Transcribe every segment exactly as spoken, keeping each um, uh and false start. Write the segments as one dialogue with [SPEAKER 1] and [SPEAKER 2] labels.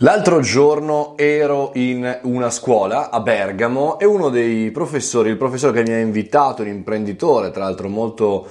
[SPEAKER 1] L'altro giorno ero in una scuola a Bergamo e uno dei professori, il professore che mi ha invitato, un imprenditore tra l'altro molto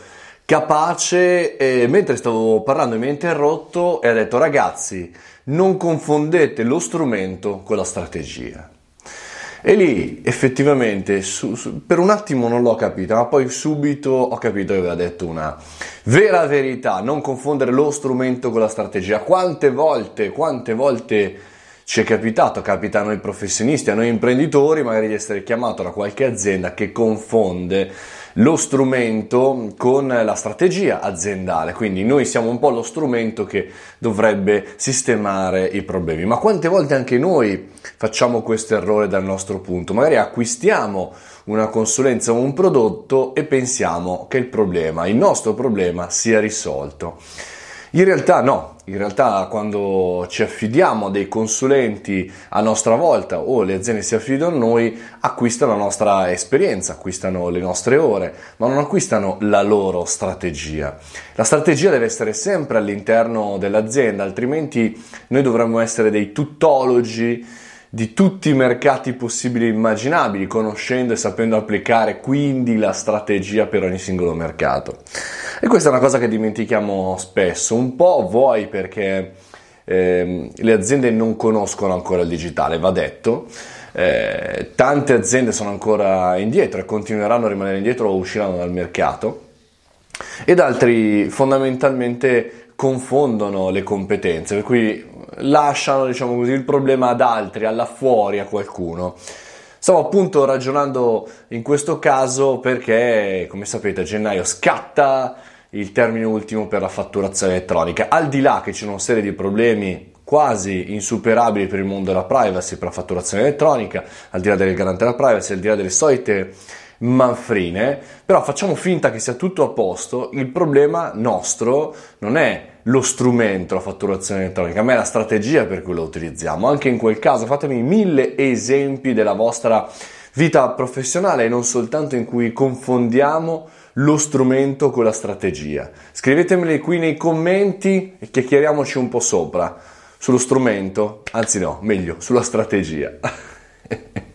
[SPEAKER 1] capace, e mentre stavo parlando mi ha interrotto e ha detto: ragazzi, non confondete lo strumento con la strategia. E lì effettivamente su, su, per un attimo non l'ho capito, ma poi subito ho capito che aveva detto una vera verità: non confondere lo strumento con la strategia. Quante volte, quante volte ci è capitato, capita a noi professionisti, a noi imprenditori, magari di essere chiamato da qualche azienda che confonde lo strumento con la strategia aziendale. Quindi noi siamo un po' lo strumento che dovrebbe sistemare i problemi. Ma quante volte anche noi facciamo questo errore dal nostro punto? Magari acquistiamo una consulenza o un prodotto e pensiamo che il problema, il nostro problema, sia risolto. In realtà no, in realtà quando ci affidiamo a dei consulenti a nostra volta o le aziende si affidano a noi, acquistano la nostra esperienza, acquistano le nostre ore, ma non acquistano la loro strategia. La strategia deve essere sempre all'interno dell'azienda, altrimenti noi dovremmo essere dei tuttologi di tutti i mercati possibili e immaginabili, conoscendo e sapendo applicare quindi la strategia per ogni singolo mercato. E questa è una cosa che dimentichiamo spesso, un po' vuoi perché eh, le aziende non conoscono ancora il digitale, va detto. Eh, tante aziende sono ancora indietro e continueranno a rimanere indietro o usciranno dal mercato, ed altri fondamentalmente confondono le competenze, per cui lasciano, diciamo così, il problema ad altri, alla fuori, a qualcuno. Stavo appunto ragionando in questo caso perché, come sapete, a gennaio scatta il termine ultimo per la fatturazione elettronica. Al di là che c'è una serie di problemi quasi insuperabili per il mondo della privacy, per la fatturazione elettronica, al di là del garante della privacy, al di là delle solite manfrine, però facciamo finta che sia tutto a posto. Il problema nostro non è lo strumento, la fatturazione elettronica, ma è la strategia per cui lo utilizziamo. Anche in quel caso fatemi mille esempi della vostra vita professionale e non soltanto in cui confondiamo lo strumento con la strategia. Scrivetemeli qui nei commenti e chiacchieriamoci un po' sopra sullo strumento, anzi no, meglio, sulla strategia.